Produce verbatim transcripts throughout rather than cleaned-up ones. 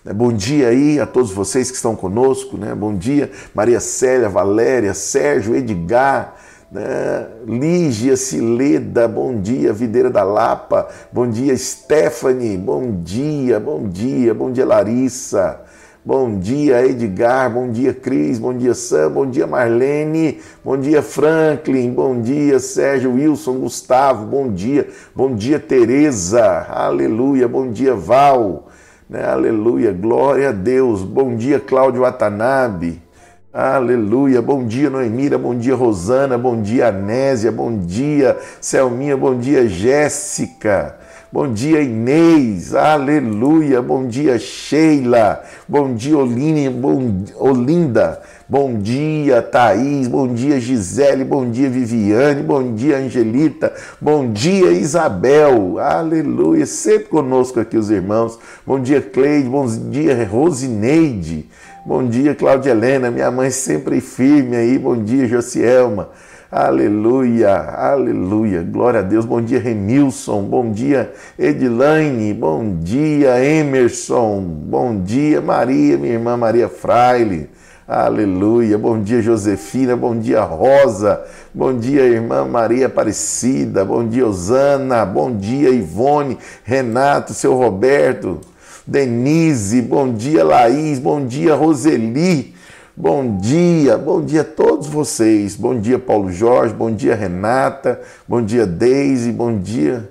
Bom dia aí a todos vocês que estão conosco, né? Bom dia, Maria Célia, Valéria, Sérgio, Edgar, né? Lígia, Cileda, bom dia, Videira da Lapa, bom dia, Stephanie, bom dia, bom dia, bom dia, Larissa, bom dia, Edgar, bom dia, Cris, bom dia, Sam, bom dia, Marlene, bom dia, Franklin, bom dia, Sérgio, Wilson, Gustavo, bom dia, bom dia, Tereza, aleluia, bom dia, Val, né? Aleluia, glória a Deus, bom dia, Cláudio Watanabe, aleluia, bom dia, Noemira, bom dia, Rosana, bom dia, Anésia, bom dia, Selminha, bom dia, Jéssica, bom dia, Inês, aleluia, bom dia, Sheila, bom dia, Oline, bom, Olinda, bom dia, Thaís, bom dia, Gisele, bom dia, Viviane, bom dia, Angelita, bom dia, Isabel, aleluia, sempre conosco aqui os irmãos, bom dia, Cleide, bom dia, Rosineide, bom dia, Cláudia Helena, minha mãe sempre firme aí, bom dia, Josielma, aleluia, aleluia, glória a Deus, bom dia, Remilson, bom dia, Edilaine, bom dia, Emerson, bom dia, Maria, minha irmã Maria Fraile, aleluia, bom dia, Josefina, bom dia, Rosa, bom dia, irmã Maria Aparecida, bom dia, Osana, bom dia, Ivone, Renato, seu Roberto, Denise, bom dia, Laís, bom dia, Roseli, bom dia, bom dia a todos vocês, bom dia, Paulo Jorge, bom dia, Renata, bom dia, Deise, bom dia,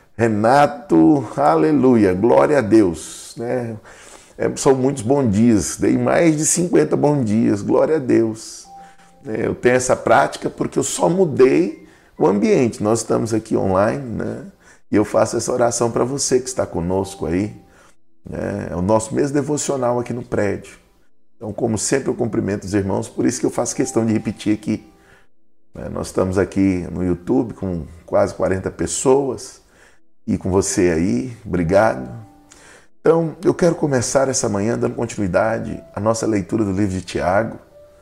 Renato, aleluia, glória a Deus, né? É, são muitos bons dias, dei mais de cinquenta bons dias, glória a Deus. É, eu tenho essa prática porque eu só mudei o ambiente, nós estamos aqui online, né? E eu faço essa oração para você que está conosco aí, né? É o nosso mês devocional aqui no prédio. Então, como sempre, eu cumprimento os irmãos, por isso que eu faço questão de repetir aqui. Nós estamos aqui no YouTube com quase quarenta pessoas e com você aí, obrigado. Então, eu quero começar essa manhã dando continuidade à nossa leitura do livro de Tiago.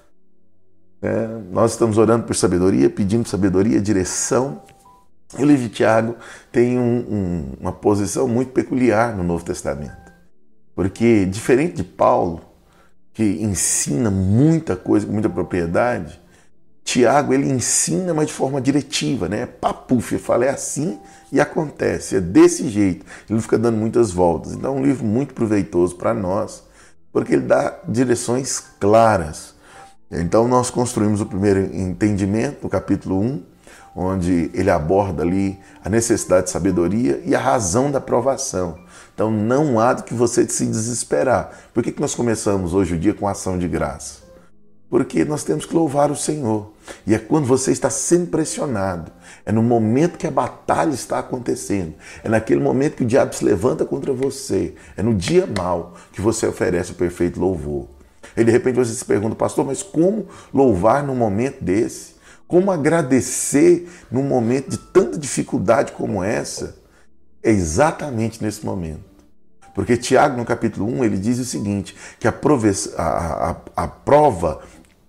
É, nós estamos orando por sabedoria, pedindo sabedoria, direção. E o livro de Tiago tem um, um, uma posição muito peculiar no Novo Testamento. Porque, diferente de Paulo, que ensina muita coisa com muita propriedade, Tiago ele ensina, mas de forma diretiva, né? Papuf, eu falo, é assim e acontece, é desse jeito. Ele não fica dando muitas voltas. Então é um livro muito proveitoso para nós, porque ele dá direções claras. Então nós construímos o primeiro entendimento, no capítulo um, onde ele aborda ali a necessidade de sabedoria e a razão da provação. Então não há do que você se desesperar. Por que que nós começamos hoje o dia com ação de graça? Porque nós temos que louvar o Senhor. E é quando você está sendo pressionado, é no momento que a batalha está acontecendo, é naquele momento que o diabo se levanta contra você, é no dia mau que você oferece o perfeito louvor. E de repente você se pergunta, pastor, mas como louvar num momento desse? Como agradecer num momento de tanta dificuldade como essa? É exatamente nesse momento. Porque Tiago, no capítulo um, ele diz o seguinte, que a, prove- a, a, a prova,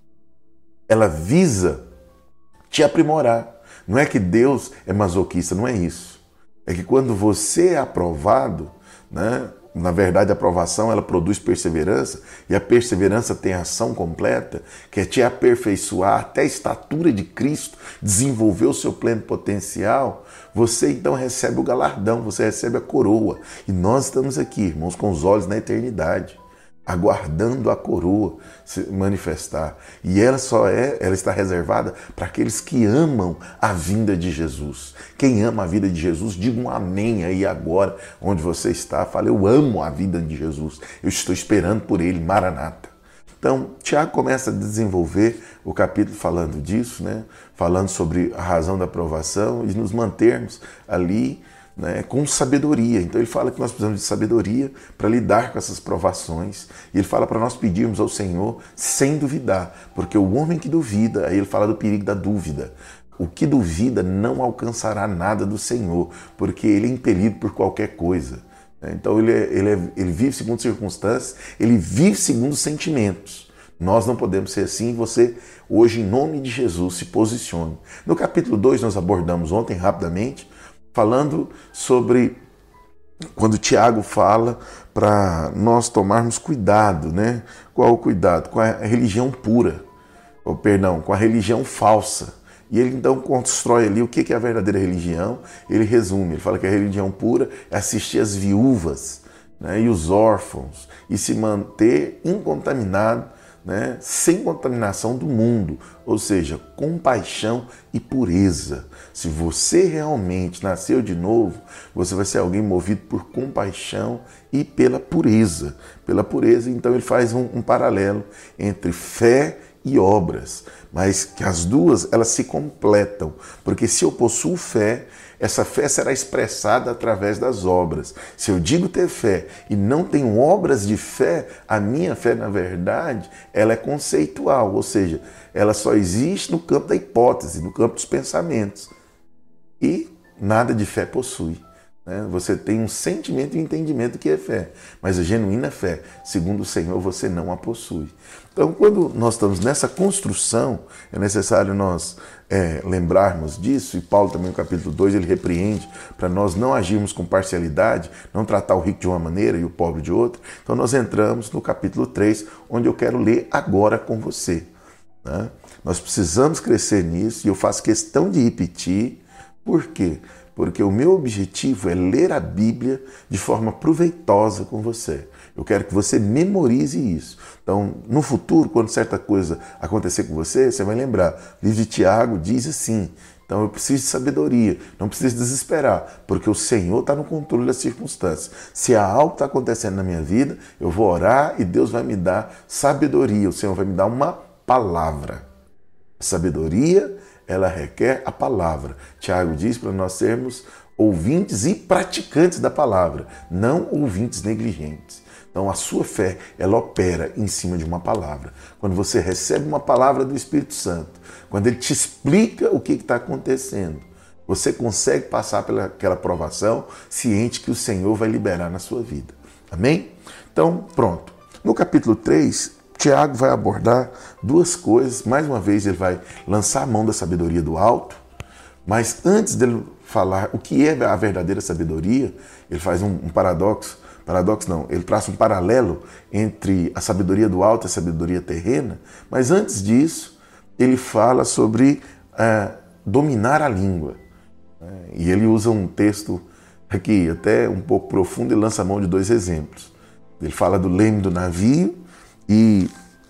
ela visa te aprimorar. Não é que Deus é masoquista, não é isso. É que quando você é aprovado, né, na verdade a aprovação ela produz perseverança, e a perseverança tem ação completa, que é te aperfeiçoar até a estatura de Cristo, desenvolver o seu pleno potencial. Você então recebe o galardão, você recebe a coroa. E nós estamos aqui, irmãos, com os olhos na eternidade, aguardando a coroa se manifestar. E ela só é, ela está reservada para aqueles que amam a vinda de Jesus. Quem ama a vida de Jesus, diga um amém aí agora, onde você está. Fala, eu amo a vida de Jesus. Eu estou esperando por ele, Maranata. Então, Tiago começa a desenvolver o capítulo falando disso, né? Falando sobre a razão da aprovação e nos mantermos ali, né, com sabedoria. Então ele fala que nós precisamos de sabedoria para lidar com essas provações. E ele fala para nós pedirmos ao Senhor sem duvidar, porque o homem que duvida, aí ele fala do perigo da dúvida. O que duvida não alcançará nada do Senhor, porque ele é impelido por qualquer coisa. Então ele, é, ele, é, ele vive segundo circunstâncias, ele vive segundo sentimentos. Nós não podemos ser assim. Você hoje, em nome de Jesus, se posicione. No capítulo dois nós abordamos ontem rapidamente, falando sobre quando Tiago fala para nós tomarmos cuidado, né? Qual o cuidado? Com a religião pura, ou, perdão, com a religião falsa. E ele então constrói ali o que é a verdadeira religião. Ele resume, ele fala que a religião pura é assistir as viúvas, né, e os órfãos e se manter incontaminado, né, sem contaminação do mundo, ou seja, compaixão e pureza. Se você realmente nasceu de novo, você vai ser alguém movido por compaixão e pela pureza. Pela pureza, então ele faz um, um paralelo entre fé e obras, mas que as duas elas se completam, porque se eu possuo fé, essa fé será expressada através das obras. Se eu digo ter fé e não tenho obras de fé, a minha fé, na verdade, ela é conceitual, ou seja, ela só existe no campo da hipótese, no campo dos pensamentos. E nada de fé possui. Né? Você tem um sentimento e um entendimento que é fé, mas a genuína fé, segundo o Senhor, você não a possui. Então, quando nós estamos nessa construção, é necessário nós é, lembrarmos disso, e Paulo também no capítulo dois, ele repreende para nós não agirmos com parcialidade, não tratar o rico de uma maneira e o pobre de outra. Então nós entramos no capítulo três, onde eu quero ler agora com você. Né? Nós precisamos crescer nisso, e eu faço questão de repetir. Por quê? Porque o meu objetivo é ler a Bíblia de forma proveitosa com você. Eu quero que você memorize isso. Então, no futuro, quando certa coisa acontecer com você, você vai lembrar. O livro de Tiago diz assim. Então, eu preciso de sabedoria. Não preciso desesperar, porque o Senhor está no controle das circunstâncias. Se há algo que está acontecendo na minha vida, eu vou orar e Deus vai me dar sabedoria. O Senhor vai me dar uma palavra. Sabedoria, ela requer a palavra. Tiago diz para nós sermos ouvintes e praticantes da palavra, não ouvintes negligentes. Então a sua fé, ela opera em cima de uma palavra. Quando você recebe uma palavra do Espírito Santo, quando ele te explica o que está acontecendo, você consegue passar pelaquela provação ciente que o Senhor vai liberar na sua vida. Amém? Então, pronto. No capítulo três, Tiago vai abordar duas coisas. Mais uma vez, ele vai lançar a mão da sabedoria do alto, mas antes dele falar o que é a verdadeira sabedoria, ele faz um, um paradoxo. Paradoxo não, ele traça um paralelo entre a sabedoria do alto e a sabedoria terrena, mas antes disso, ele fala sobre uh, dominar a língua. E ele usa um texto aqui até um pouco profundo e lança a mão de dois exemplos. Ele fala do leme do navio e,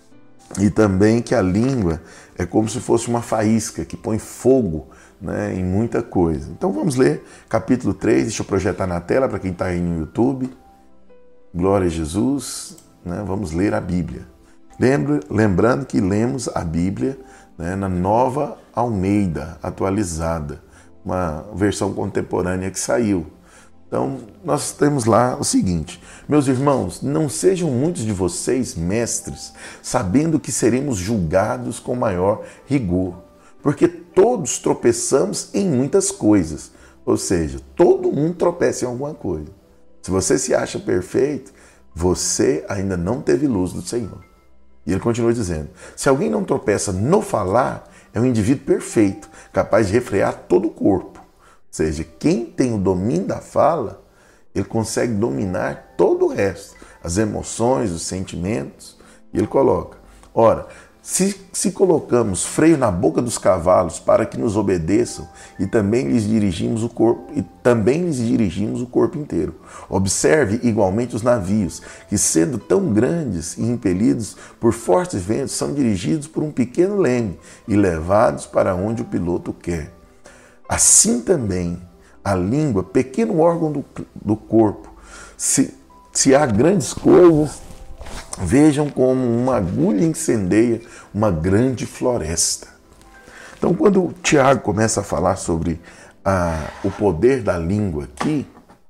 e também que a língua é como se fosse uma faísca que põe fogo, né, em muita coisa. Então vamos ler capítulo três, deixa eu projetar na tela para quem está aí no YouTube. Glória a Jesus, né? Vamos ler a Bíblia. Lembra, lembrando que lemos a Bíblia, né, na Nova Almeida atualizada, uma versão contemporânea que saiu. Então, nós temos lá o seguinte: meus irmãos, não sejam muitos de vocês mestres, sabendo que seremos julgados com maior rigor, porque todos tropeçamos em muitas coisas. Ou seja, todo mundo tropeça em alguma coisa. Se você se acha perfeito, você ainda não teve luz do Senhor. E ele continua dizendo: se alguém não tropeça no falar, é um indivíduo perfeito, capaz de refrear todo o corpo. Ou seja, quem tem o domínio da fala, ele consegue dominar todo o resto, as emoções, os sentimentos. E ele coloca: ora, se, se colocamos freio na boca dos cavalos para que nos obedeçam, e também lhes dirigimos o corpo, e também lhes dirigimos o corpo inteiro. Observe igualmente os navios, que sendo tão grandes e impelidos por fortes ventos, são dirigidos por um pequeno leme e levados para onde o piloto quer. Assim também a língua, pequeno órgão do, do corpo, se, se há grandes coisas, vejam como uma agulha incendeia uma grande floresta. Então, quando o Tiago começa a falar sobre ah, o poder da língua aqui,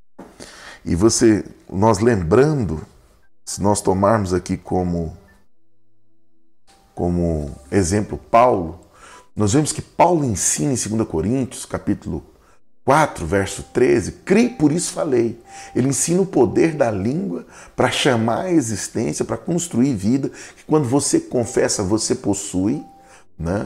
e você, nós lembrando, se nós tomarmos aqui como, como exemplo Paulo, nós vemos que Paulo ensina em dois Coríntios, capítulo quatro, verso treze, creio, por isso falei. Ele ensina o poder da língua para chamar a existência, para construir vida, que quando você confessa, você possui, né?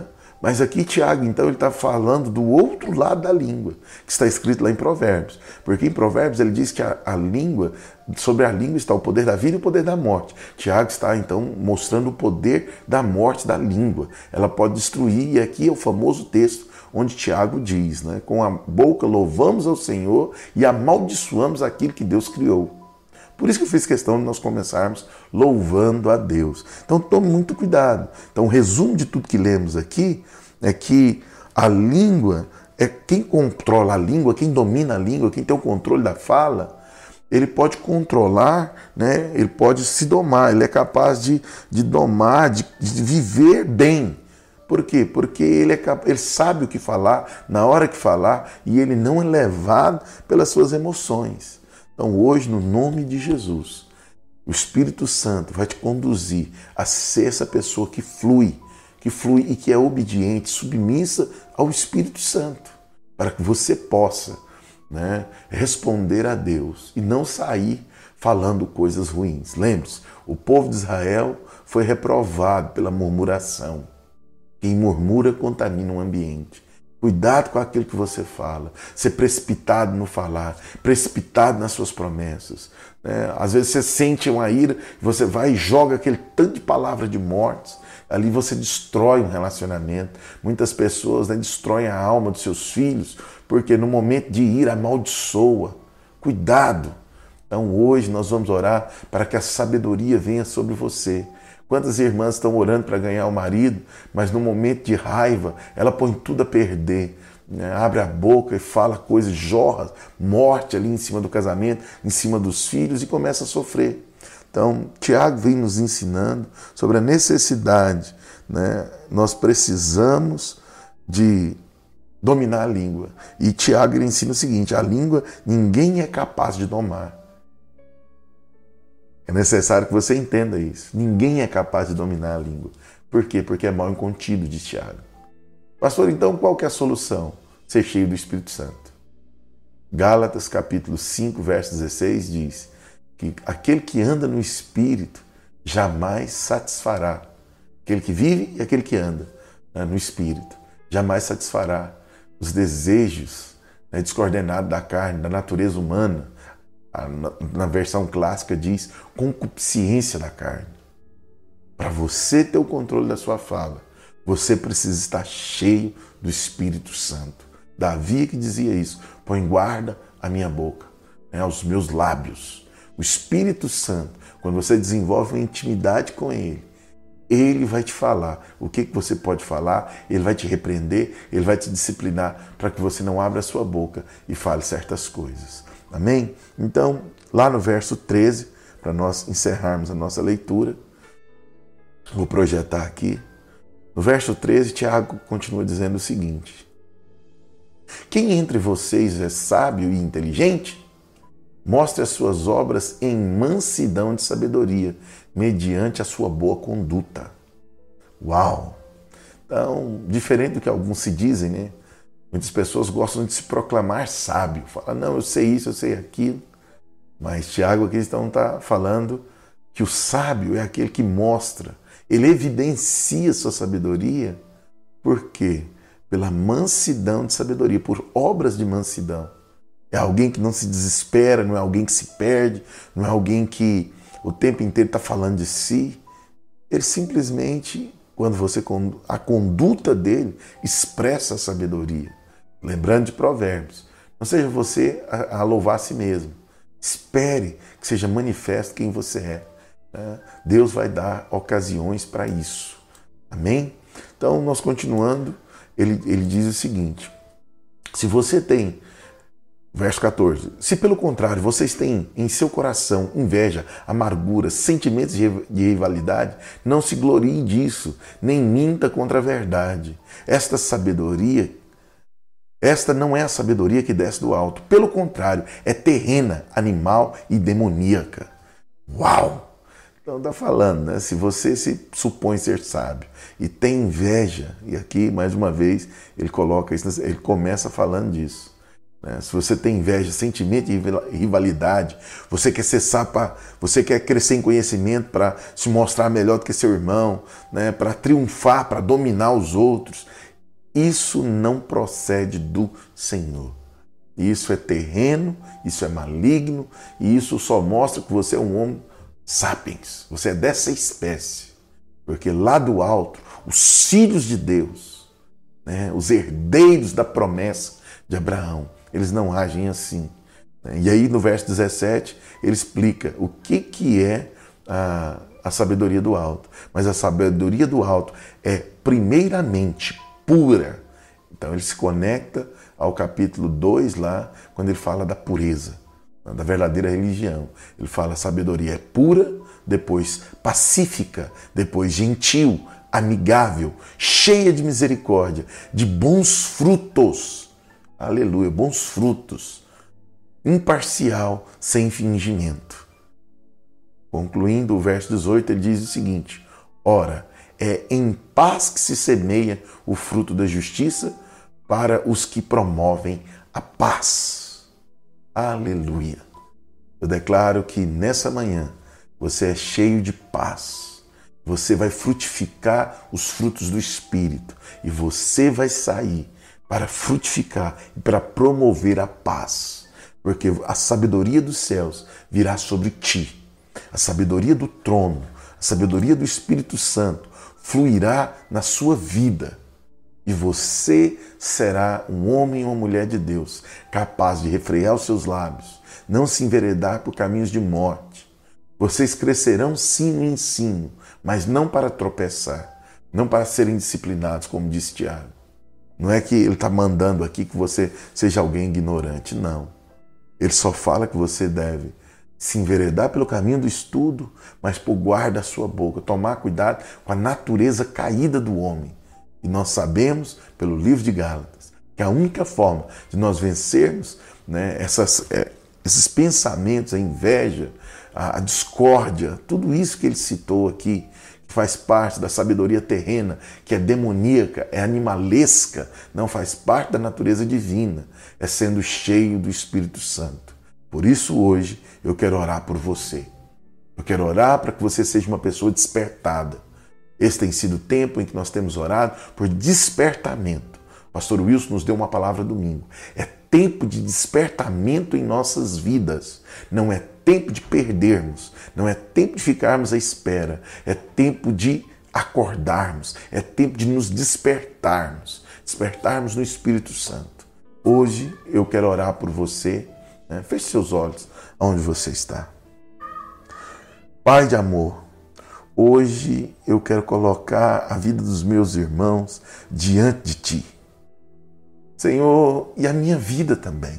Mas aqui Tiago, então, ele está falando do outro lado da língua, que está escrito lá em Provérbios. Porque em Provérbios ele diz que a, a língua, sobre a língua está o poder da vida e o poder da morte. Tiago está, então, mostrando o poder da morte da língua. Ela pode destruir, e aqui é o famoso texto onde Tiago diz, né? Com a boca louvamos ao Senhor e amaldiçoamos aquilo que Deus criou. Por isso que eu fiz questão de nós começarmos louvando a Deus. Então tome muito cuidado. Então o resumo de tudo que lemos aqui é que a língua, é quem controla a língua, quem domina a língua, quem tem o controle da fala, ele pode controlar, né? Ele pode se domar, ele é capaz de, de domar, de, de viver bem. Por quê? Porque ele, é capaz, ele sabe o que falar, na hora que falar, e ele não é levado pelas suas emoções. Então hoje, no nome de Jesus, o Espírito Santo vai te conduzir a ser essa pessoa que flui, que flui e que é obediente, submissa ao Espírito Santo, para que você possa, né, responder a Deus e não sair falando coisas ruins. Lembre-se, o povo de Israel foi reprovado pela murmuração. Quem murmura contamina o ambiente. Cuidado com aquilo que você fala, ser precipitado no falar, precipitado nas suas promessas. Né? Às vezes você sente uma ira, você vai e joga aquele tanto de palavra de mortes, ali você destrói um relacionamento. Muitas pessoas, né, destroem a alma dos seus filhos, porque no momento de ira amaldiçoa. Cuidado! Então hoje nós vamos orar para que a sabedoria venha sobre você. Quantas irmãs estão orando para ganhar o marido, mas no momento de raiva, ela põe tudo a perder, né? Abre a boca e fala coisas, jorra morte ali em cima do casamento, em cima dos filhos e começa a sofrer. Então, Tiago vem nos ensinando sobre a necessidade, né? Nós precisamos de dominar a língua. E Tiago ele ensina o seguinte, a língua ninguém é capaz de domar. É necessário que você entenda isso. Ninguém é capaz de dominar a língua. Por quê? Porque é mal incontido, diz Tiago. Pastor, então qual que é a solução? Ser cheio do Espírito Santo. Gálatas capítulo cinco, verso dezesseis diz que aquele que anda no Espírito jamais satisfará. Aquele que vive e aquele que anda, né, no Espírito jamais satisfará os desejos, né, descoordenados da carne, da natureza humana. Na versão clássica diz concupiscência da carne. Para você ter o controle da sua fala, você precisa estar cheio do Espírito Santo. Davi que dizia isso, põe guarda a minha boca, né, aos meus lábios. O Espírito Santo, quando você desenvolve uma intimidade com Ele, Ele vai te falar o que, que você pode falar, Ele vai te repreender, Ele vai te disciplinar para que você não abra a sua boca e fale certas coisas. Amém? Então, lá no verso treze, para nós encerrarmos a nossa leitura, vou projetar aqui. No verso treze, Tiago continua dizendo o seguinte: quem entre vocês é sábio e inteligente, mostre as suas obras em mansidão de sabedoria, mediante a sua boa conduta. Uau! Então, diferente do que alguns se dizem, né? Muitas pessoas gostam de se proclamar sábio. Falam, não, eu sei isso, eu sei aquilo. Mas Tiago aqui então está falando que o sábio é aquele que mostra, ele evidencia sua sabedoria. Por quê? Pela mansidão de sabedoria, por obras de mansidão. É alguém que não se desespera, não é alguém que se perde, não é alguém que o tempo inteiro está falando de si. Ele simplesmente, quando você, a conduta dele expressa a sabedoria. Lembrando de Provérbios, não seja você a, a louvar a si mesmo. Espere que seja manifesto quem você é. Né? Deus vai dar ocasiões para isso. Amém? Então, nós continuando, ele, ele diz o seguinte, se você tem, verso quatorze, se pelo contrário vocês têm em seu coração inveja, amargura, sentimentos de rivalidade, não se glorie disso, nem minta contra a verdade. Esta sabedoria Esta não é a sabedoria que desce do alto. Pelo contrário, é terrena, animal e demoníaca. Uau! Então está falando, né? Se você se supõe ser sábio e tem inveja, e aqui, mais uma vez, ele coloca isso, ele começa falando disso. Né? Se você tem inveja, sentimento de rivalidade, você quer ser sábio, você quer crescer em conhecimento para se mostrar melhor do que seu irmão, né? Para triunfar, para dominar os outros, Isso não procede do Senhor. Isso é terreno, isso é maligno, e isso só mostra que você é um homem sapiens. Você é dessa espécie. Porque lá do alto, os filhos de Deus, né, os herdeiros da promessa de Abraão, eles não agem assim. E aí no verso dezessete, ele explica o que, que é a, a sabedoria do alto. Mas a sabedoria do alto é primeiramente pura. Então ele se conecta ao capítulo dois lá, quando ele fala da pureza, da verdadeira religião. Ele fala a sabedoria é pura, depois pacífica, depois gentil, amigável, cheia de misericórdia, de bons frutos. Aleluia, bons frutos. Imparcial, sem fingimento. Concluindo o verso dezoito, ele diz o seguinte: ora, é em paz que se semeia o fruto da justiça para os que promovem a paz. Aleluia. Eu declaro que nessa manhã você é cheio de paz. Você vai frutificar os frutos do Espírito e você vai sair para frutificar e para promover a paz. Porque a sabedoria dos céus virá sobre ti. A sabedoria do trono, a sabedoria do Espírito Santo fluirá na sua vida. E você será um homem e uma mulher de Deus, capaz de refrear os seus lábios, não se enveredar por caminhos de morte. Vocês crescerão sim no ensino, mas não para tropeçar, não para serem disciplinados, como disse Tiago. Não é que ele está mandando aqui que você seja alguém ignorante, não. Ele só fala que você deve se enveredar pelo caminho do estudo, mas por guarda a sua boca, tomar cuidado com a natureza caída do homem. E nós sabemos, pelo livro de Gálatas, que a única forma de nós vencermos, né, essas, é, esses pensamentos, a inveja, a, a discórdia, tudo isso que ele citou aqui, que faz parte da sabedoria terrena, que é demoníaca, é animalesca, não faz parte da natureza divina, é sendo cheio do Espírito Santo. Por isso hoje eu quero orar por você. Eu quero orar para que você seja uma pessoa despertada. Esse tem sido o tempo em que nós temos orado por despertamento. O pastor Wilson nos deu uma palavra domingo. É tempo de despertamento em nossas vidas. Não é tempo de perdermos. Não é tempo de ficarmos à espera. É tempo de acordarmos. É tempo de nos despertarmos. Despertarmos no Espírito Santo. Hoje eu quero orar por você. Né? Feche seus olhos onde você está. Pai de amor, hoje eu quero colocar a vida dos meus irmãos diante de Ti. Senhor, e a minha vida também.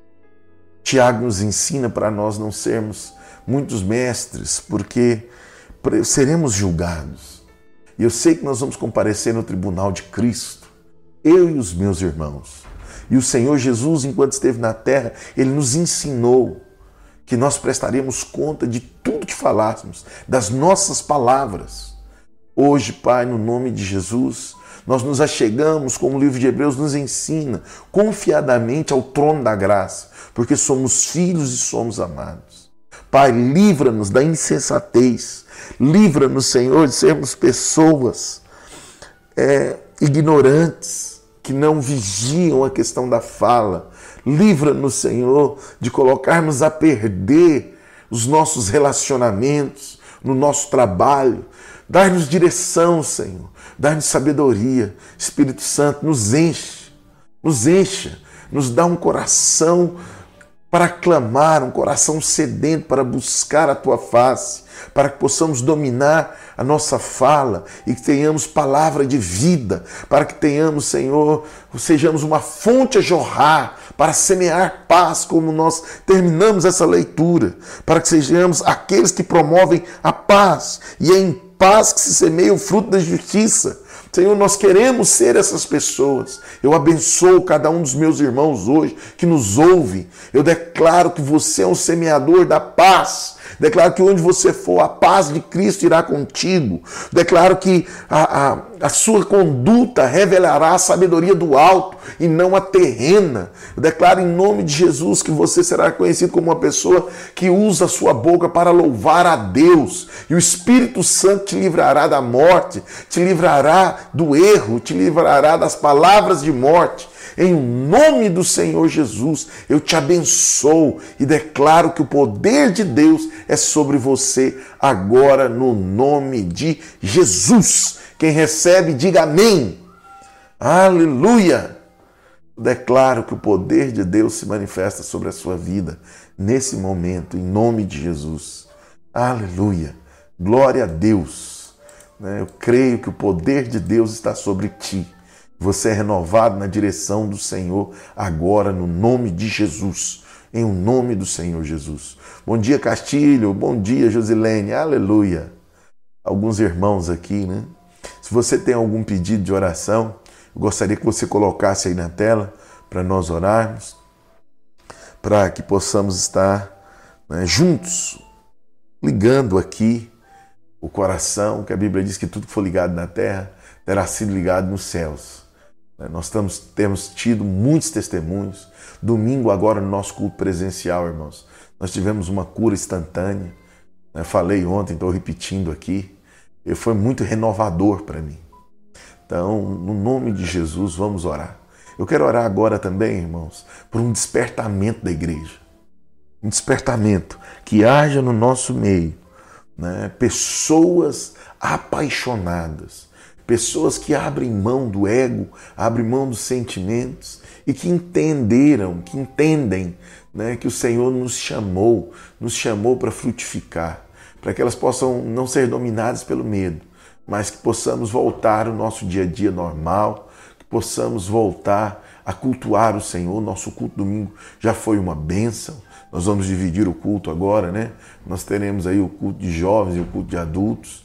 Tiago nos ensina para nós não sermos muitos mestres, porque seremos julgados. E eu sei que nós vamos comparecer no tribunal de Cristo, eu e os meus irmãos. E o Senhor Jesus, enquanto esteve na terra, Ele nos ensinou que nós prestaremos conta de tudo que falássemos, das nossas palavras. Hoje, Pai, no nome de Jesus, nós nos achegamos, como o livro de Hebreus nos ensina, confiadamente ao trono da graça, porque somos filhos e somos amados. Pai, livra-nos da insensatez, livra-nos, Senhor, de sermos pessoas é, ignorantes, que não vigiam a questão da fala. Livra-nos, Senhor, de colocarmos a perder os nossos relacionamentos, no nosso trabalho. Dá-nos direção, Senhor. Dá-nos sabedoria. Espírito Santo, nos enche, nos encha, nos dá um coração para clamar, um coração sedento para buscar a Tua face, para que possamos dominar a nossa fala e que tenhamos palavra de vida, para que tenhamos, Senhor, sejamos uma fonte a jorrar, para semear paz, como nós terminamos essa leitura, para que sejamos aqueles que promovem a paz, e é em paz que se semeia o fruto da justiça. Senhor, nós queremos ser essas pessoas. Eu abençoo cada um dos meus irmãos hoje que nos ouve. Eu declaro que você é um semeador da paz. Declaro que onde você for, a paz de Cristo irá contigo. Declaro que a, a, a sua conduta revelará a sabedoria do alto e não a terrena. Eu declaro em nome de Jesus que você será conhecido como uma pessoa que usa a sua boca para louvar a Deus. E o Espírito Santo te livrará da morte, te livrará do erro, te livrará das palavras de morte. Em nome do Senhor Jesus, eu te abençoo e declaro que o poder de Deus é sobre você agora, no nome de Jesus. Quem recebe, diga amém. Aleluia! Declaro que o poder de Deus se manifesta sobre a sua vida nesse momento, em nome de Jesus. Aleluia! Glória a Deus! Eu creio que o poder de Deus está sobre ti. Você é renovado na direção do Senhor agora, no nome de Jesus. Em o nome do Senhor Jesus. Bom dia, Castilho. Bom dia, Josilene. Aleluia. Alguns irmãos aqui, né? Se você tem algum pedido de oração, eu gostaria que você colocasse aí na tela para nós orarmos, para que possamos estar, né, juntos, ligando aqui o coração, que a Bíblia diz que tudo que for ligado na terra terá sido ligado nos céus. Nós estamos, temos tido muitos testemunhos. Domingo agora no nosso culto presencial, irmãos, nós tivemos uma cura instantânea. Eu falei ontem, estou repetindo aqui. E foi muito renovador para mim. Então, no nome de Jesus, vamos orar. Eu quero orar agora também, irmãos, por um despertamento da igreja. Um despertamento que haja no nosso meio, né, pessoas apaixonadas. Pessoas que abrem mão do ego, abrem mão dos sentimentos e que entenderam, que entendem, né, que o Senhor nos chamou, nos chamou para frutificar, para que elas possam não ser dominadas pelo medo, mas que possamos voltar ao nosso dia a dia normal, que possamos voltar a cultuar o Senhor. Nosso culto domingo já foi uma bênção. Nós vamos dividir o culto agora, né? Nós teremos aí o culto de jovens e o culto de adultos.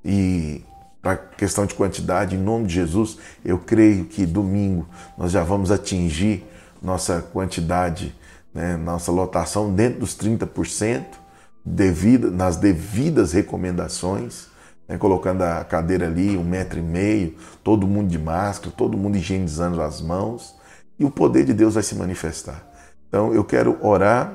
E para questão de quantidade, em nome de Jesus, eu creio que domingo nós já vamos atingir nossa quantidade, né, nossa lotação dentro dos trinta por cento, devido, nas devidas recomendações, né, colocando a cadeira ali, um metro e meio, todo mundo de máscara, todo mundo higienizando as mãos, e o poder de Deus vai se manifestar. Então eu quero orar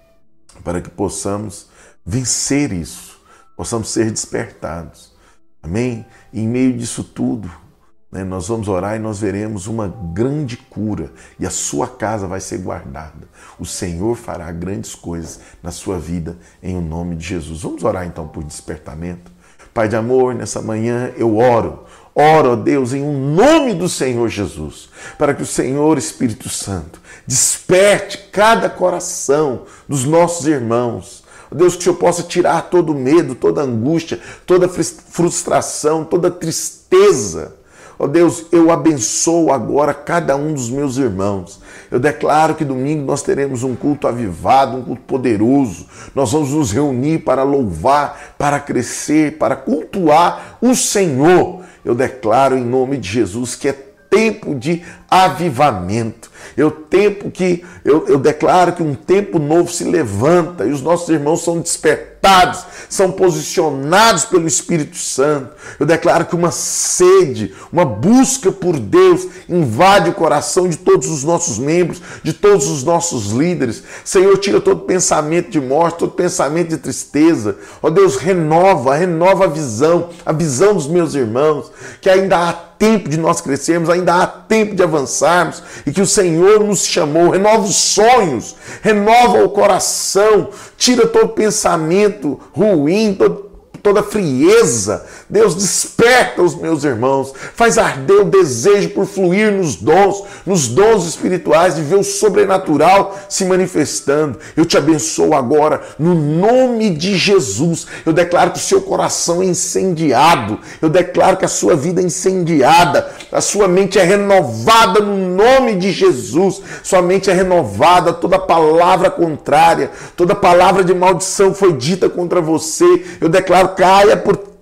para que possamos vencer isso, possamos ser despertados. Amém? E em meio disso tudo, né, nós vamos orar e nós veremos uma grande cura e a sua casa vai ser guardada. O Senhor fará grandes coisas na sua vida em o nome de Jesus. Vamos orar então por despertamento. Pai de amor, nessa manhã eu oro. Oro, ó Deus, em um nome do Senhor Jesus, para que o Senhor Espírito Santo desperte cada coração dos nossos irmãos. Deus, que o Senhor possa tirar todo o medo, toda a angústia, toda a frustração, toda a tristeza. Ó Deus, eu abençoo agora cada um dos meus irmãos. Eu declaro que domingo nós teremos um culto avivado, um culto poderoso. Nós vamos nos reunir para louvar, para crescer, para cultuar o Senhor. Eu declaro em nome de Jesus que é tempo de avivamento. Eu, tempo que, eu, eu declaro que um tempo novo se levanta e os nossos irmãos são despertados, são posicionados pelo Espírito Santo. Eu declaro que uma sede, uma busca por Deus invade o coração de todos os nossos membros, de todos os nossos líderes. Senhor, tira todo pensamento de morte, todo pensamento de tristeza. Ó Deus, renova, renova a visão, a visão dos meus irmãos, que ainda há tempo de nós crescermos, ainda há tempo de avançarmos e que o Senhor nos chamou. Renova os sonhos, renova o coração, tira todo pensamento ruim, todo, toda frieza. Deus, desperta os meus irmãos, faz arder o desejo por fluir nos dons, nos dons espirituais, de ver o sobrenatural se manifestando. Eu te abençoo agora, no nome de Jesus. Eu declaro que o seu coração é incendiado, eu declaro que a sua vida é incendiada, a sua mente é renovada no nome de Jesus. Sua mente é renovada, toda palavra contrária, toda palavra de maldição foi dita contra você, eu declaro caia por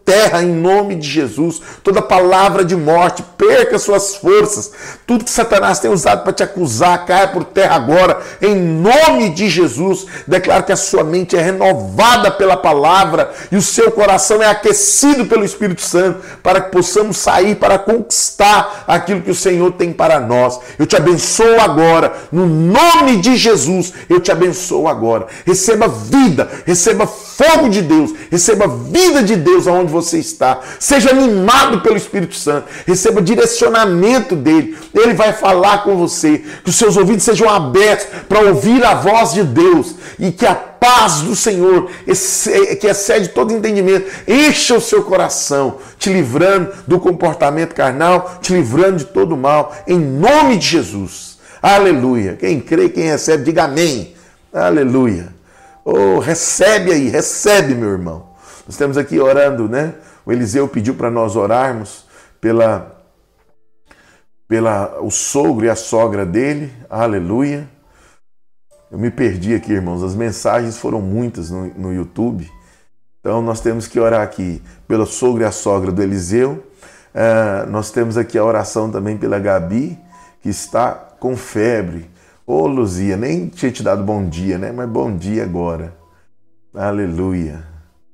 terra em nome de Jesus. Toda palavra de morte, perca suas forças. Tudo que Satanás tem usado para te acusar, caia por terra agora, em nome de Jesus. Declaro que a sua mente é renovada pela palavra e o seu coração é aquecido pelo Espírito Santo para que possamos sair para conquistar aquilo que o Senhor tem para nós. Eu te abençoo agora, no nome de Jesus, eu te abençoo agora. Receba vida, receba fogo de Deus, receba vida de Deus aonde você está. Seja animado pelo Espírito Santo, receba direcionamento dele. Ele vai falar com você, que os seus ouvidos sejam abertos para ouvir a voz de Deus e que a paz do Senhor, que excede todo entendimento, encha o seu coração, te livrando do comportamento carnal, te livrando de todo mal, em nome de Jesus. Aleluia. Quem crê, quem recebe, diga amém. Aleluia. Oh, recebe aí, recebe, meu irmão. Nós estamos aqui orando, né? O Eliseu pediu para nós orarmos pela, pela o sogro e a sogra dele. Aleluia. Eu me perdi aqui, irmãos. As mensagens foram muitas no, no YouTube. Então nós temos que orar aqui pelo sogro e a sogra do Eliseu. Uh, nós temos aqui a oração também pela Gabi, que está com febre. Ô, Luzia, nem tinha te dado bom dia, né? Mas bom dia agora. Aleluia.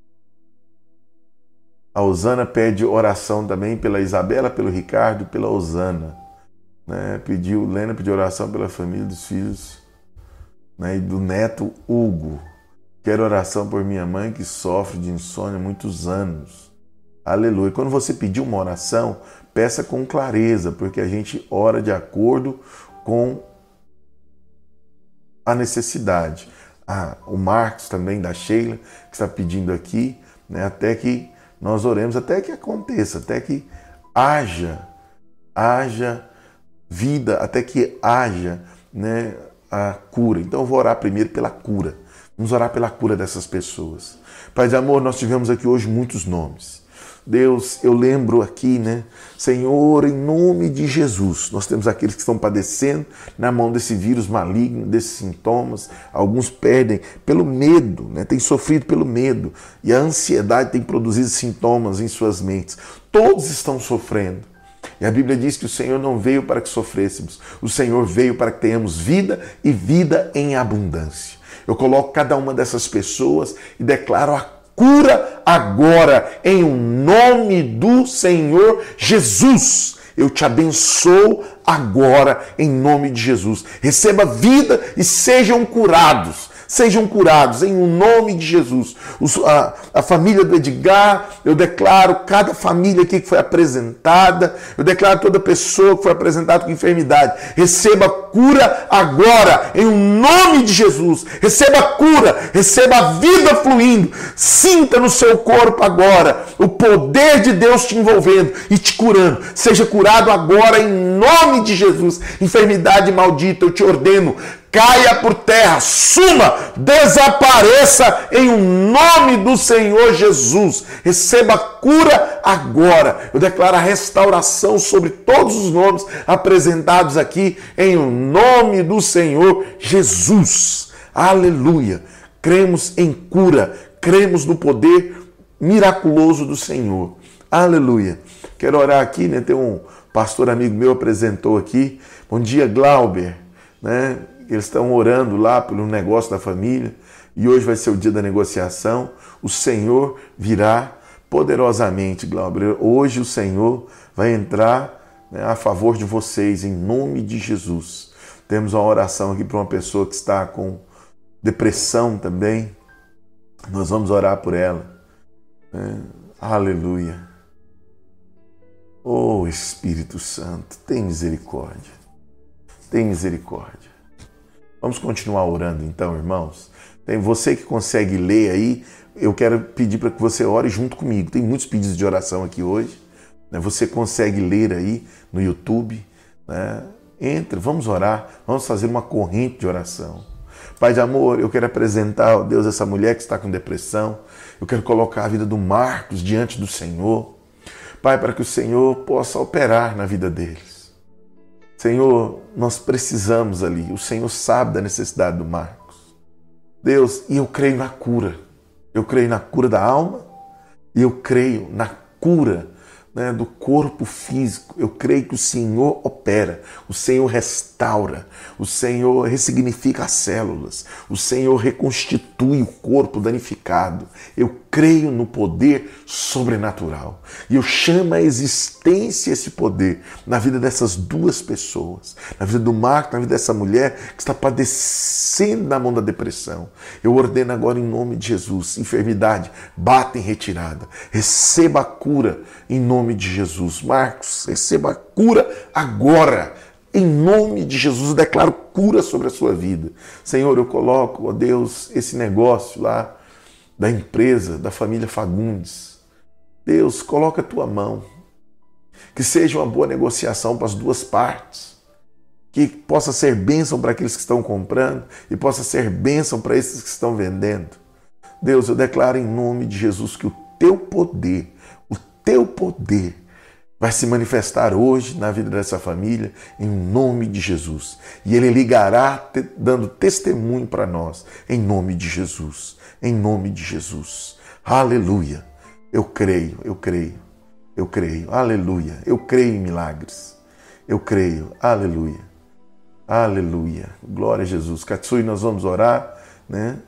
A Osana pede oração também pela Isabela, pelo Ricardo, pela Osana. Né? Pediu, Lena pediu oração pela família dos filhos, né? E do neto Hugo. Quero oração por minha mãe que sofre de insônia há muitos anos. Aleluia. Quando você pedir uma oração, peça com clareza, porque a gente ora de acordo com a necessidade. Ah, o Marcos também, da Sheila, que está pedindo aqui, né, até que nós oremos, até que aconteça, até que haja, haja vida, até que haja, né, a cura. Então eu vou orar primeiro pela cura. Vamos orar pela cura dessas pessoas. Pai de amor, nós tivemos aqui hoje muitos nomes. Deus, eu lembro aqui, né? Senhor, em nome de Jesus, nós temos aqueles que estão padecendo na mão desse vírus maligno, desses sintomas. Alguns perdem pelo medo, né? Tem sofrido pelo medo. E a ansiedade tem produzido sintomas em suas mentes. Todos estão sofrendo. E a Bíblia diz que o Senhor não veio para que sofrêssemos. O Senhor veio para que tenhamos vida e vida em abundância. Eu coloco cada uma dessas pessoas e declaro a cura agora, em nome do Senhor Jesus. Eu te abençoo agora, em nome de Jesus. Receba vida e sejam curados. Sejam curados em nome de Jesus. Os, a, a família do Edgar, eu declaro cada família aqui que foi apresentada, eu declaro toda pessoa que foi apresentada com enfermidade. Receba cura agora, em nome de Jesus. Receba cura, receba a vida fluindo. Sinta no seu corpo agora o poder de Deus te envolvendo e te curando. Seja curado agora, em nome de Jesus. Enfermidade maldita, eu te ordeno, caia por terra, suma, desapareça em nome do Senhor Jesus. Receba cura agora. Eu declaro a restauração sobre todos os nomes apresentados aqui em nome do Senhor Jesus. Aleluia. Cremos em cura, cremos no poder miraculoso do Senhor. Aleluia. Quero orar aqui, né? Tem um pastor amigo meu apresentou aqui. Bom dia, Glauber, né? Eles estão orando lá pelo negócio da família e hoje vai ser o dia da negociação. O Senhor virá poderosamente, Glauber. Hoje o Senhor vai entrar, né, a favor de vocês, em nome de Jesus. Temos uma oração aqui para uma pessoa que está com depressão também. Nós vamos orar por ela. É, aleluia. Oh, Espírito Santo, tem misericórdia. Tem misericórdia. Vamos continuar orando então, irmãos. Tem você que consegue ler aí, eu quero pedir para que você ore junto comigo. Tem muitos pedidos de oração aqui hoje. Né? Você consegue ler aí no YouTube. Né? Entra, vamos orar, vamos fazer uma corrente de oração. Pai de amor, eu quero apresentar, ó Deus, essa mulher que está com depressão. Eu quero colocar a vida do Marcos diante do Senhor. Pai, para que o Senhor possa operar na vida deles. Senhor, nós precisamos ali, o Senhor sabe da necessidade do Marcos. Deus, e eu creio na cura. Eu creio na cura da alma, E eu creio na cura, né, do corpo físico. Eu creio que o Senhor opera, o Senhor restaura, o Senhor ressignifica as células, o Senhor reconstitui o corpo danificado. Eu creio no poder sobrenatural e eu chamo a existência esse poder na vida dessas duas pessoas, na vida do Marco, na vida dessa mulher que está padecendo na mão da depressão. Eu ordeno agora em nome de Jesus, enfermidade, bata em retirada, receba a cura em nome de Jesus. Marcos, receba a cura agora. Em nome de Jesus, eu declaro cura sobre a sua vida. Senhor, eu coloco, ó Deus, esse negócio lá da empresa, da família Fagundes. Deus, coloca a tua mão. Que seja uma boa negociação para as duas partes. Que possa ser bênção para aqueles que estão comprando e possa ser bênção para esses que estão vendendo. Deus, eu declaro em nome de Jesus que o teu poder, o teu poder vai se manifestar hoje na vida dessa família, em nome de Jesus. E ele ligará te, dando testemunho para nós, em nome de Jesus. Em nome de Jesus. Aleluia. Eu creio, eu creio, eu creio. Aleluia. Eu creio em milagres. Eu creio. Aleluia. Aleluia. Glória a Jesus. Katsui, nós vamos orar, né?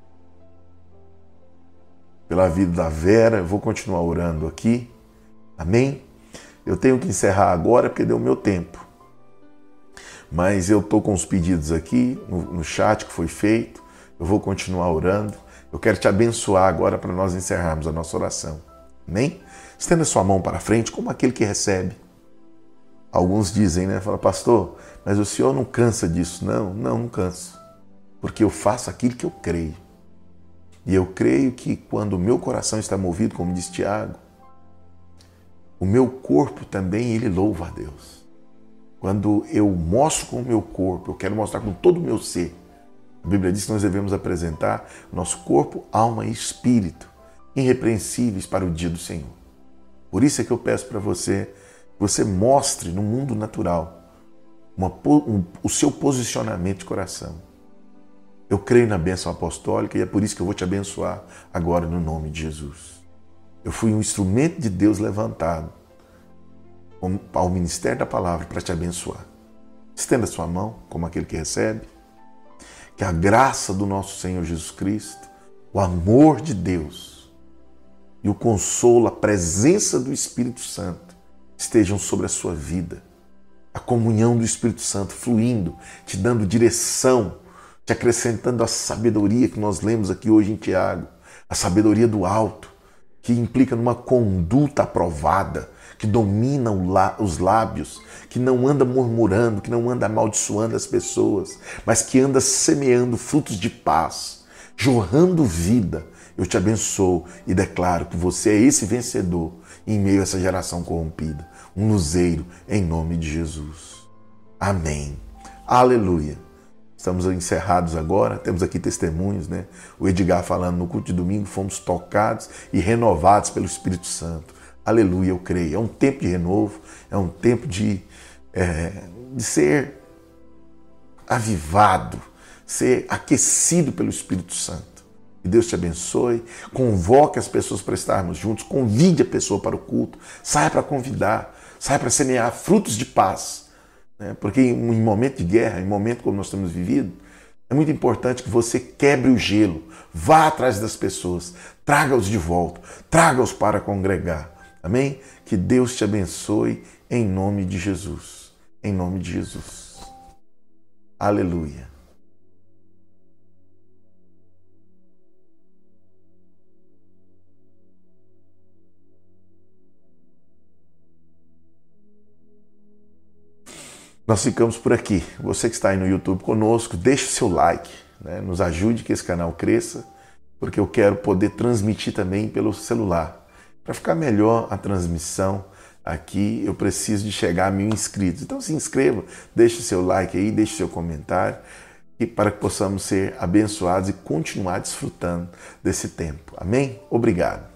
Pela vida da Vera. Eu vou continuar orando aqui. Amém? Eu tenho que encerrar agora porque deu o meu tempo. Mas eu estou com os pedidos aqui no, no chat que foi feito. Eu vou continuar orando. Eu quero te abençoar agora para nós encerrarmos a nossa oração. Amém? Estenda sua mão para frente como aquele que recebe. Alguns dizem, né? Fala, pastor, mas o senhor não cansa disso. Não, não, não canso. Porque eu faço aquilo que eu creio. E eu creio que quando o meu coração está movido, como diz Tiago, o meu corpo também, ele louva a Deus. Quando eu mostro com o meu corpo, eu quero mostrar com todo o meu ser. A Bíblia diz que nós devemos apresentar nosso corpo, alma e espírito irrepreensíveis para o dia do Senhor. Por isso é que eu peço para você que você mostre no mundo natural uma, um, o seu posicionamento de coração. Eu creio na bênção apostólica e é por isso que eu vou te abençoar agora no nome de Jesus. Eu fui um instrumento de Deus levantado ao ministério da palavra para te abençoar. Estenda sua mão como aquele que recebe. Que a graça do nosso Senhor Jesus Cristo, o amor de Deus e o consolo, a presença do Espírito Santo estejam sobre a sua vida. A comunhão do Espírito Santo fluindo, te dando direção, te acrescentando a sabedoria que nós lemos aqui hoje em Tiago, a sabedoria do alto, que implica numa conduta aprovada, que domina os lábios, que não anda murmurando, que não anda amaldiçoando as pessoas, mas que anda semeando frutos de paz, jorrando vida. Eu te abençoo e declaro que você é esse vencedor em meio a essa geração corrompida, um luzeiro em nome de Jesus. Amém. Aleluia. Estamos encerrados agora, temos aqui testemunhos, né? O Edgar falando, no culto de domingo fomos tocados e renovados pelo Espírito Santo. Aleluia, eu creio. É um tempo de renovo, é um tempo de, é, de ser avivado, ser aquecido pelo Espírito Santo. Que Deus te abençoe, convoque as pessoas para estarmos juntos, convide a pessoa para o culto, saia para convidar, saia para semear frutos de paz. Porque em momento de guerra, em momento como nós temos vivido, é muito importante que você quebre o gelo, vá atrás das pessoas, traga-os de volta, traga-os para congregar. Amém? Que Deus te abençoe em nome de Jesus. Em nome de Jesus. Aleluia. Nós ficamos por aqui. Você que está aí no YouTube conosco, deixe o seu like, né? Nos ajude que esse canal cresça, porque eu quero poder transmitir também pelo celular. Para ficar melhor a transmissão aqui, eu preciso de chegar a mil inscritos. Então se inscreva, deixe o seu like aí, deixe o seu comentário, e para que possamos ser abençoados e continuar desfrutando desse tempo. Amém? Obrigado.